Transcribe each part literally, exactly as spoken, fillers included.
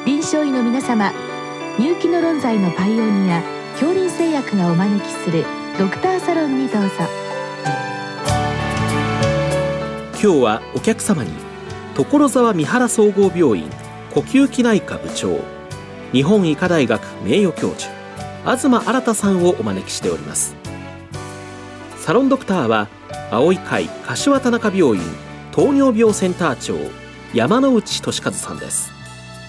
臨床医の皆様、入気の論剤のパイオニア恐林製薬がお招きするドクターサロンにどうぞ。 今日はお客様に所沢三原総合病院呼吸器内科部長、日本医科大学名誉教授東新さんをお招きしております。サロンドクターは青い会柏田中病院糖尿病センター長山内俊和さんです。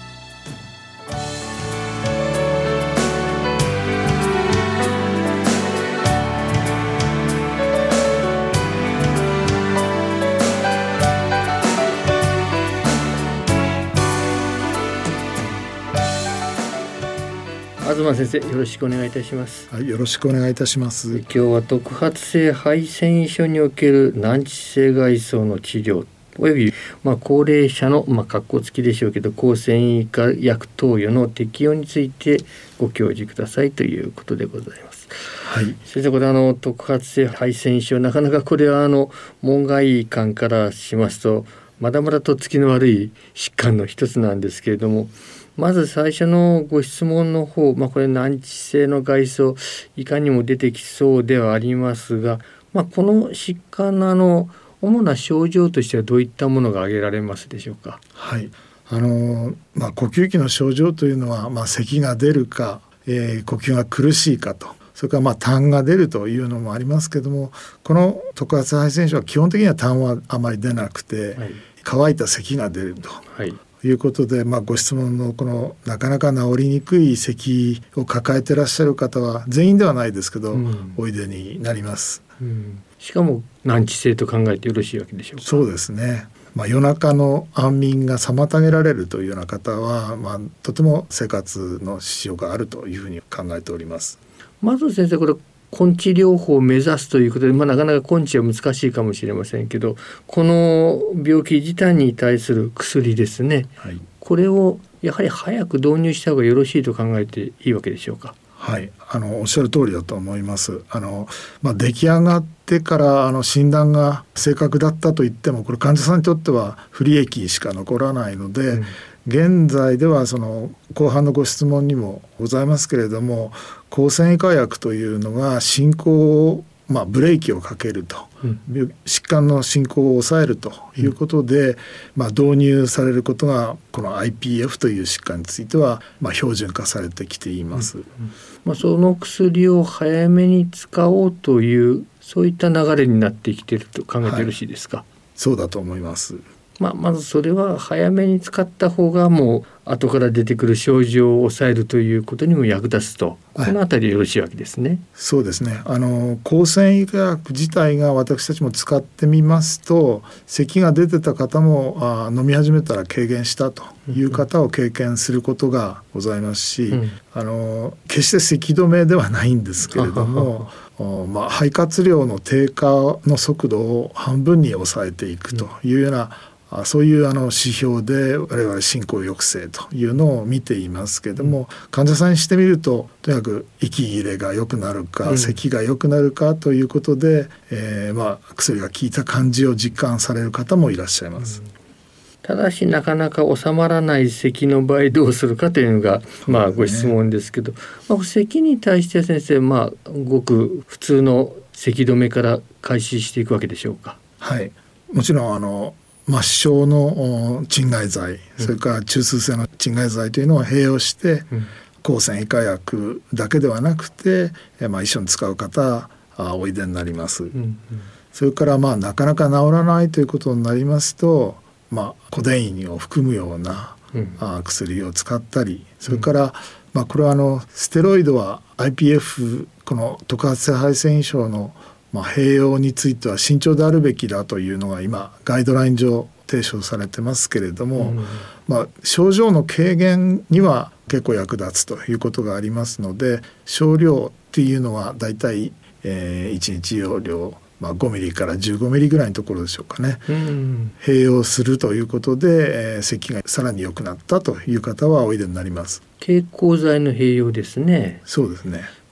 東先生、よろしくお願いいたします。 はい、よろしくお願いいたします。 今日は特発性肺腺維症における難治性外傷の治療および、まあ、高齢者の、まあ、括弧付きでしょうけど抗線維化薬投与の適用についてご教示くださいということでございます。はい、先生、これあの特発性肺腺維症、なかなかこれはあの門外漢からしますとまだまだとっつきの悪い疾患の一つなんですけれども、まず最初のご質問の方、まあ、これ難治性の外傷いかにも出てきそうではありますが、まあ、この疾患のあの主な症状としてはどういったものが挙げられますでしょうか。 はい、あのまあ、呼吸器の症状というのは、まあ、咳が出るか、えー、呼吸が苦しいかと、それからまあ痰が出るというのもありますけども、この特発性肺腺症は基本的には痰はあまり出なくて、はい、乾いた咳が出ると、はいということで、まあ、ご質問のこのなかなか治りにくい咳を抱えていらっしゃる方は全員ではないですけど、うん、おいでになります、 うん、しかも難治性と考えてよろしいわけでしょうか。 そうですね、まあ、夜中の安眠が妨げられるというような方は、まあ、とても生活の支障があるというふうに考えております。 まず先生、これ根治療法を目指すということで、まあ、なかなか根治は難しいかもしれませんけど、この病気自体に対する薬ですね、はい、これをやはり早く導入した方がよろしいと考えていいわけでしょうか。 はい、あのおっしゃる通りだと思います。あの、まあ、出来上がってからあの診断が正確だったといっても、これ患者さんにとっては不利益しか残らないので、うん、現在ではその後半のご質問にもございますけれども、抗線維化薬というのが進行を、まあ、ブレーキをかけると、うん、疾患の進行を抑えるということで、うんまあ、導入されることがこの アイピーエフ という疾患については、まあ、標準化されてきています、うんうんまあ、その薬を早めに使おうというそういった流れになってきていると考えてよろしいですか。はい、 そうだと思います。 まあ、まずそれは早めに使った方がもう後から出てくる症状を抑えるということにも役立つと、はい、このあたりでよろしいわけですね。 そうですね、あの抗線維化薬自体が私たちも使ってみますと、咳が出てた方もあ飲み始めたら軽減したという方を経験することがございますし、うん、あの決して咳止めではないんですけれどもまあ、肺活量の低下の速度を半分に抑えていくというような、うん、そういうあの指標で我々進行抑制というのを見ていますけれども、うん、患者さんにしてみるととにかく息切れが良くなるか、うん、咳が良くなるかということで、えーまあ、薬が効いた感じを実感される方もいらっしゃいます、うんただしなかなか収まらない咳の場合どうするかというのが、まあ、ご質問ですけど、まあ、咳に対して先生、まあ、ごく普通の咳止めから開始していくわけでしょうか。 はい、もちろんあの末梢の鎮害剤、それから中枢性の鎮害剤というのを併用して、うん、抗線維化薬だけではなくて、まあ、一緒に使う方はおいでになります、うんうん、それからまあなかなか治らないということになりますと、まあ、コデインを含むような、うん、あ薬を使ったり、それから、うんまあ、これはあのステロイドは アイピーエフ この特発性肺腺症の、まあ、併用については慎重であるべきだというのが今ガイドライン上提唱されてますけれども、うんまあ、症状の軽減には結構役立つということがありますので、少量っていうのはだいたい、えー、いちにち用量まあ、ごミリからじゅうごミリぐらいのところでしょうかね、うん、併用するということで、えー、咳がさらに良くなったという方はおいでになります。 経口剤の併用ですね。 そうですね。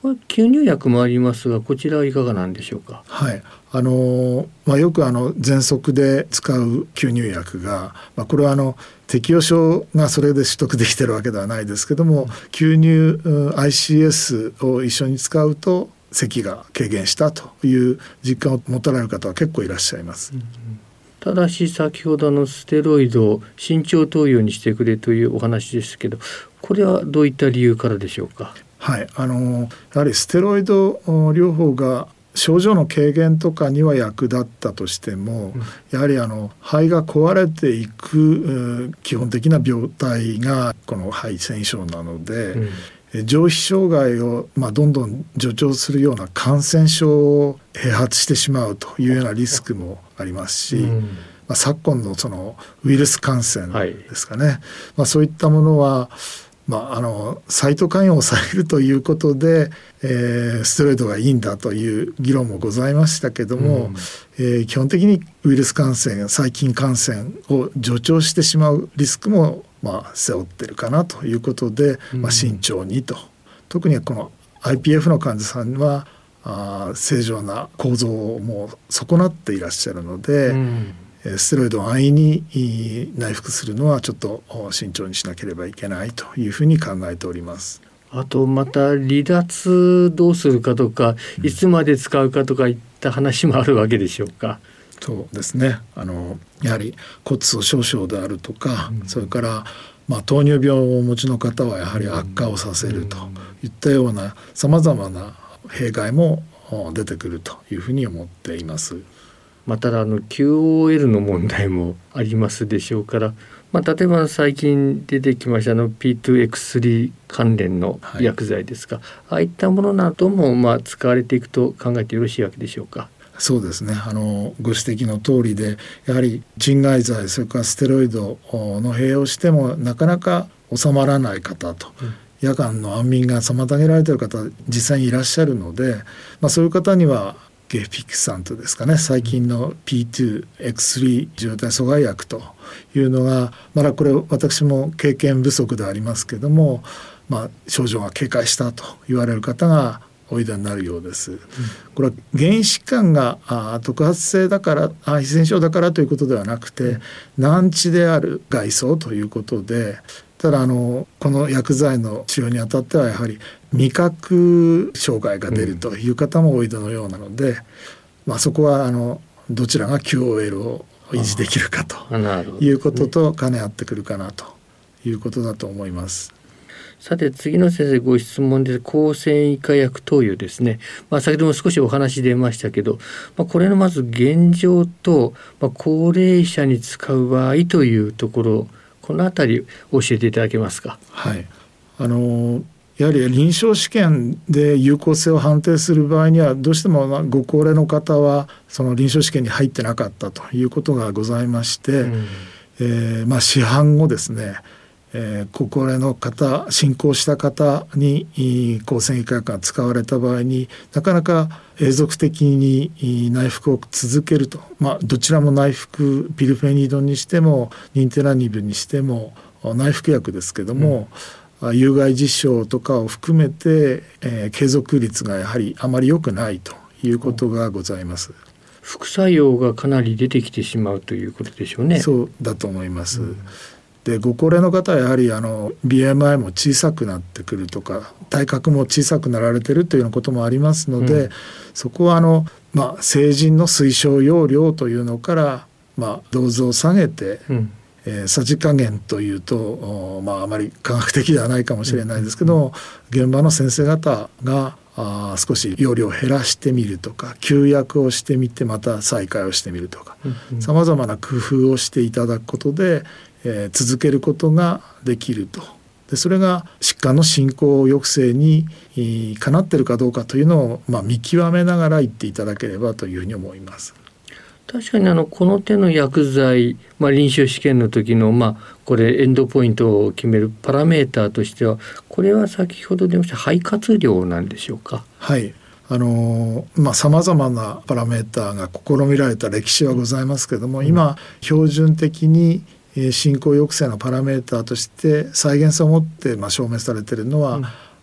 これ吸入薬もありますが、こちらはいかがなんでしょうか。 はい、あのまあ、よくあの喘息で使う吸入薬が、まあ、これはあの適応症がそれで取得できてるわけではないですけども、吸入 アイシーエス を一緒に使うと咳が軽減したという実感を持たれる方は結構いらっしゃいます。うんうん、 ただし先ほどのステロイドを慎重投与にしてくれというお話ですけど、これはどういった理由からでしょうか。 はい、あのやはりステロイド療法が症状の軽減とかには役立ったとしても、うん、やはりあの肺が壊れていく基本的な病態がこの肺腺症なので、うん、上皮障害を、まあ、どんどん助長するような感染症を併発してしまうというようなリスクもありますし、うん、まあ、昨今のそのウイルス感染ですかね、はい、まあ、そういったものはまあ、あのサイトカインを抑えるということで、えー、ステロイドがいいんだという議論もございましたけども、うん、えー、基本的にウイルス感染、細菌感染を助長してしまうリスクも、まあ、背負ってるかなということで、うん、まあ、慎重にと。特にこの アイピーエフ の患者さんはあ正常な構造をもう損なっていらっしゃるので、うん、ステロイドを安易に内服するのはちょっと慎重にしなければいけないというふうに考えております。 あとまた離脱どうするかとか、いつまで使うかとかいった話もあるわけでしょうか。 うん、そうですね、あのやはり骨粗しょう症であるとか、うん、それから、まあ、糖尿病をお持ちの方はやはり悪化をさせるといったようなさまざまな弊害も出てくるというふうに思っています。 まあ、ただあの キューオーエル の問題もありますでしょうから、まあ、例えば最近出てきましたの ピーツーエックススリー 関連の薬剤ですか、はい、ああいったものなどもまあ使われていくと考えてよろしいわけでしょうか。 そうですね、あのご指摘の通りで、やはり鎮害剤、それからステロイドの併用してもなかなか収まらない方と、うん、夜間の安眠が妨げられている方実際にいらっしゃるので、まあ、そういう方にはゲフィクサントですかね、最近の ピーツーエックススリー 受容体阻害薬というのが、まだこれ私も経験不足でありますけども、まあ、症状が軽快したと言われる方がおいでになるようです。うん、これは原因疾患があ特発性だから肺腺症だからということではなくて、うん、難治である外装ということで、ただあのこの薬剤の治療にあたってはやはり味覚障害が出るという方もおいでのようなので、うん、まあ、そこはあのどちらが キューオーエル を維持できるかということと兼ね合ってくるかなということだと思います。 さて次の先生ご質問で、抗線維化薬投与ですね、まあ、先ほども少しお話出ましたけど、まあ、これのまず現状と、まあ、高齢者に使う場合というところ、このあたり教えていただけますか。 はい、あのやはり臨床試験で有効性を判定する場合にはどうしてもご高齢の方はその臨床試験に入ってなかったということがございまして、うん、えーまあ、市販後ですね、えー、ご高齢の方、進行した方に抗線維化薬が使われた場合になかなか永続的に内服を続けると、まあ、どちらも内服、ピルフェニドンにしてもニンテラニブにしても内服薬ですけども、うん、有害実証とかを含めて、えー、継続率がやはりあまり良くないということがございます。 副作用がかなり出てきてしまうということでしょうね。 そうだと思います。うん、でご高齢の方はやはりあの ビーエムアイ も小さくなってくるとか体格も小さくなられているというようなこともありますので、うん、そこはあの、まあ、成人の推奨用量というのから、まあ、ドーズを下げて、うん、えー、さじ加減というと、まあ、あまり科学的ではないかもしれないですけど、うん、現場の先生方があ少し容量を減らしてみるとか休薬をしてみてまた再開をしてみるとかさまざまな工夫をしていただくことで、えー、続けることができると。でそれが疾患の進行抑制にかなっているかどうかというのを、まあ、見極めながら言っていただければというふうに思います。 確かにあのこの手の薬剤、まあ、臨床試験の時の、まあ、これエンドポイントを決めるパラメーターとしてはこれは先ほど出ました肺活量なんでしょうか。 はい、あのーまあ、様々なパラメーターが試みられた歴史はございますけれども、うん、今標準的に進行抑制のパラメーターとして再現性を持ってまあ証明されているのは、うん、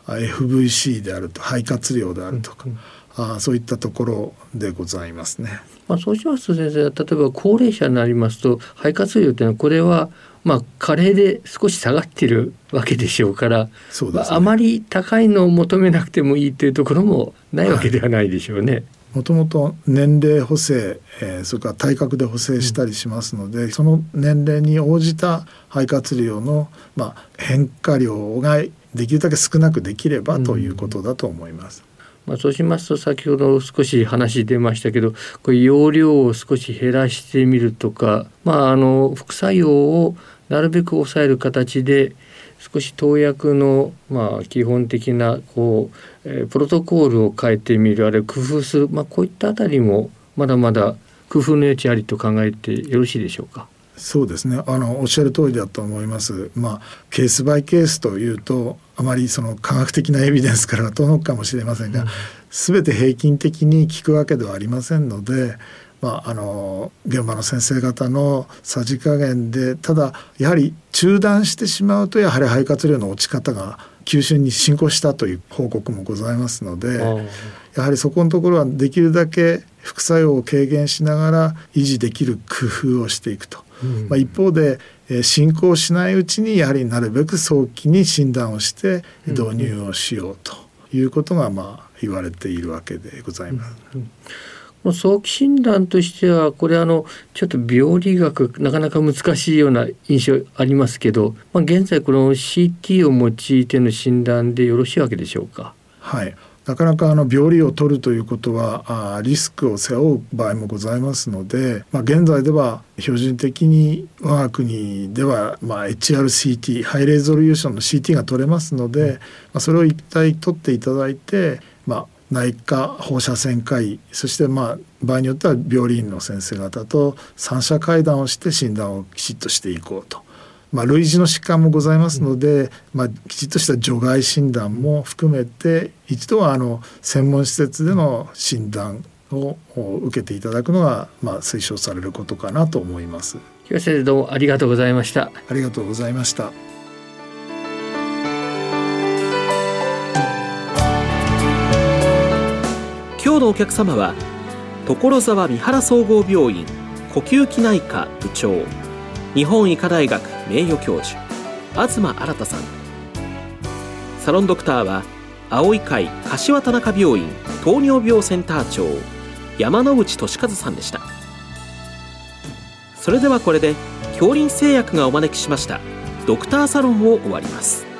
エフブイシー であると肺活量であるとか、うんうん、あそういったところでございますね。 まあ、そうしますと先生、例えば高齢者になりますと肺活量というのはこれはまあ加齢で少し下がっているわけでしょうから、そうですね、まあ、あまり高いのを求めなくてもいいというところもないわけではないでしょうね。 もともと年齢補正、えー、それから体格で補正したりしますので、うん、その年齢に応じた肺活量の、まあ、変化量ができるだけ少なくできればということだと思います。 うん、まあ、そうしますと先ほど少し話出ましたけど、これ容量を少し減らしてみるとか、まあ、あの副作用をなるべく抑える形で少し投薬のまあ基本的なこう、えー、プロトコールを変えてみる、あるいは工夫する、まあ、こういったあたりもまだまだ工夫の余地ありと考えてよろしいでしょうか。 そうですね、あのおっしゃる通りだと思います。まあ、ケースバイケースというとあまりその科学的なエビデンスからは遠のくかもしれませんが、うん、全て平均的に効くわけではありませんので、まあ、あの現場の先生方のさじ加減で、ただやはり中断してしまうとやはり肺活量の落ち方が急峻に進行したという報告もございますので、やはりそこのところはできるだけ副作用を軽減しながら維持できる工夫をしていくと、うん、まあ、一方で、えー、進行しないうちにやはりなるべく早期に診断をして導入をしようということがまあ言われているわけでございます。うんうん、 早期診断としてはこれあのちょっと病理学なかなか難しいような印象ありますけど、まあ、現在この シーティー を用いての診断でよろしいわけでしょうか。 はい、なかなかあの病理を取るということはあリスクを背負う場合もございますので、まあ、現在では標準的に我が国ではまあ エイチアールシーティー ハイレゾリューションの シーティー が取れますので、うん、まあ、それを一体取っていただいて、まあ内科放射線科医、そしてまあ場合によっては病理院の先生方と三者会談をして診断をきちっとしていこうと、まあ、類似の疾患もございますので、まあ、きちっとした除外診断も含めて一度はあの専門施設での診断を受けていただくのがまあ推奨されることかなと思います。 木下先生、どうもありがとうございました。 ありがとうございました。 今日のお客様は所沢三原総合病院呼吸器内科部長、日本医科大学名誉教授東新さん。サロンドクターは青医会柏田中病院糖尿病センター長山内俊和さんでした。それではこれで杏林製薬がお招きしましたドクターサロンを終わります。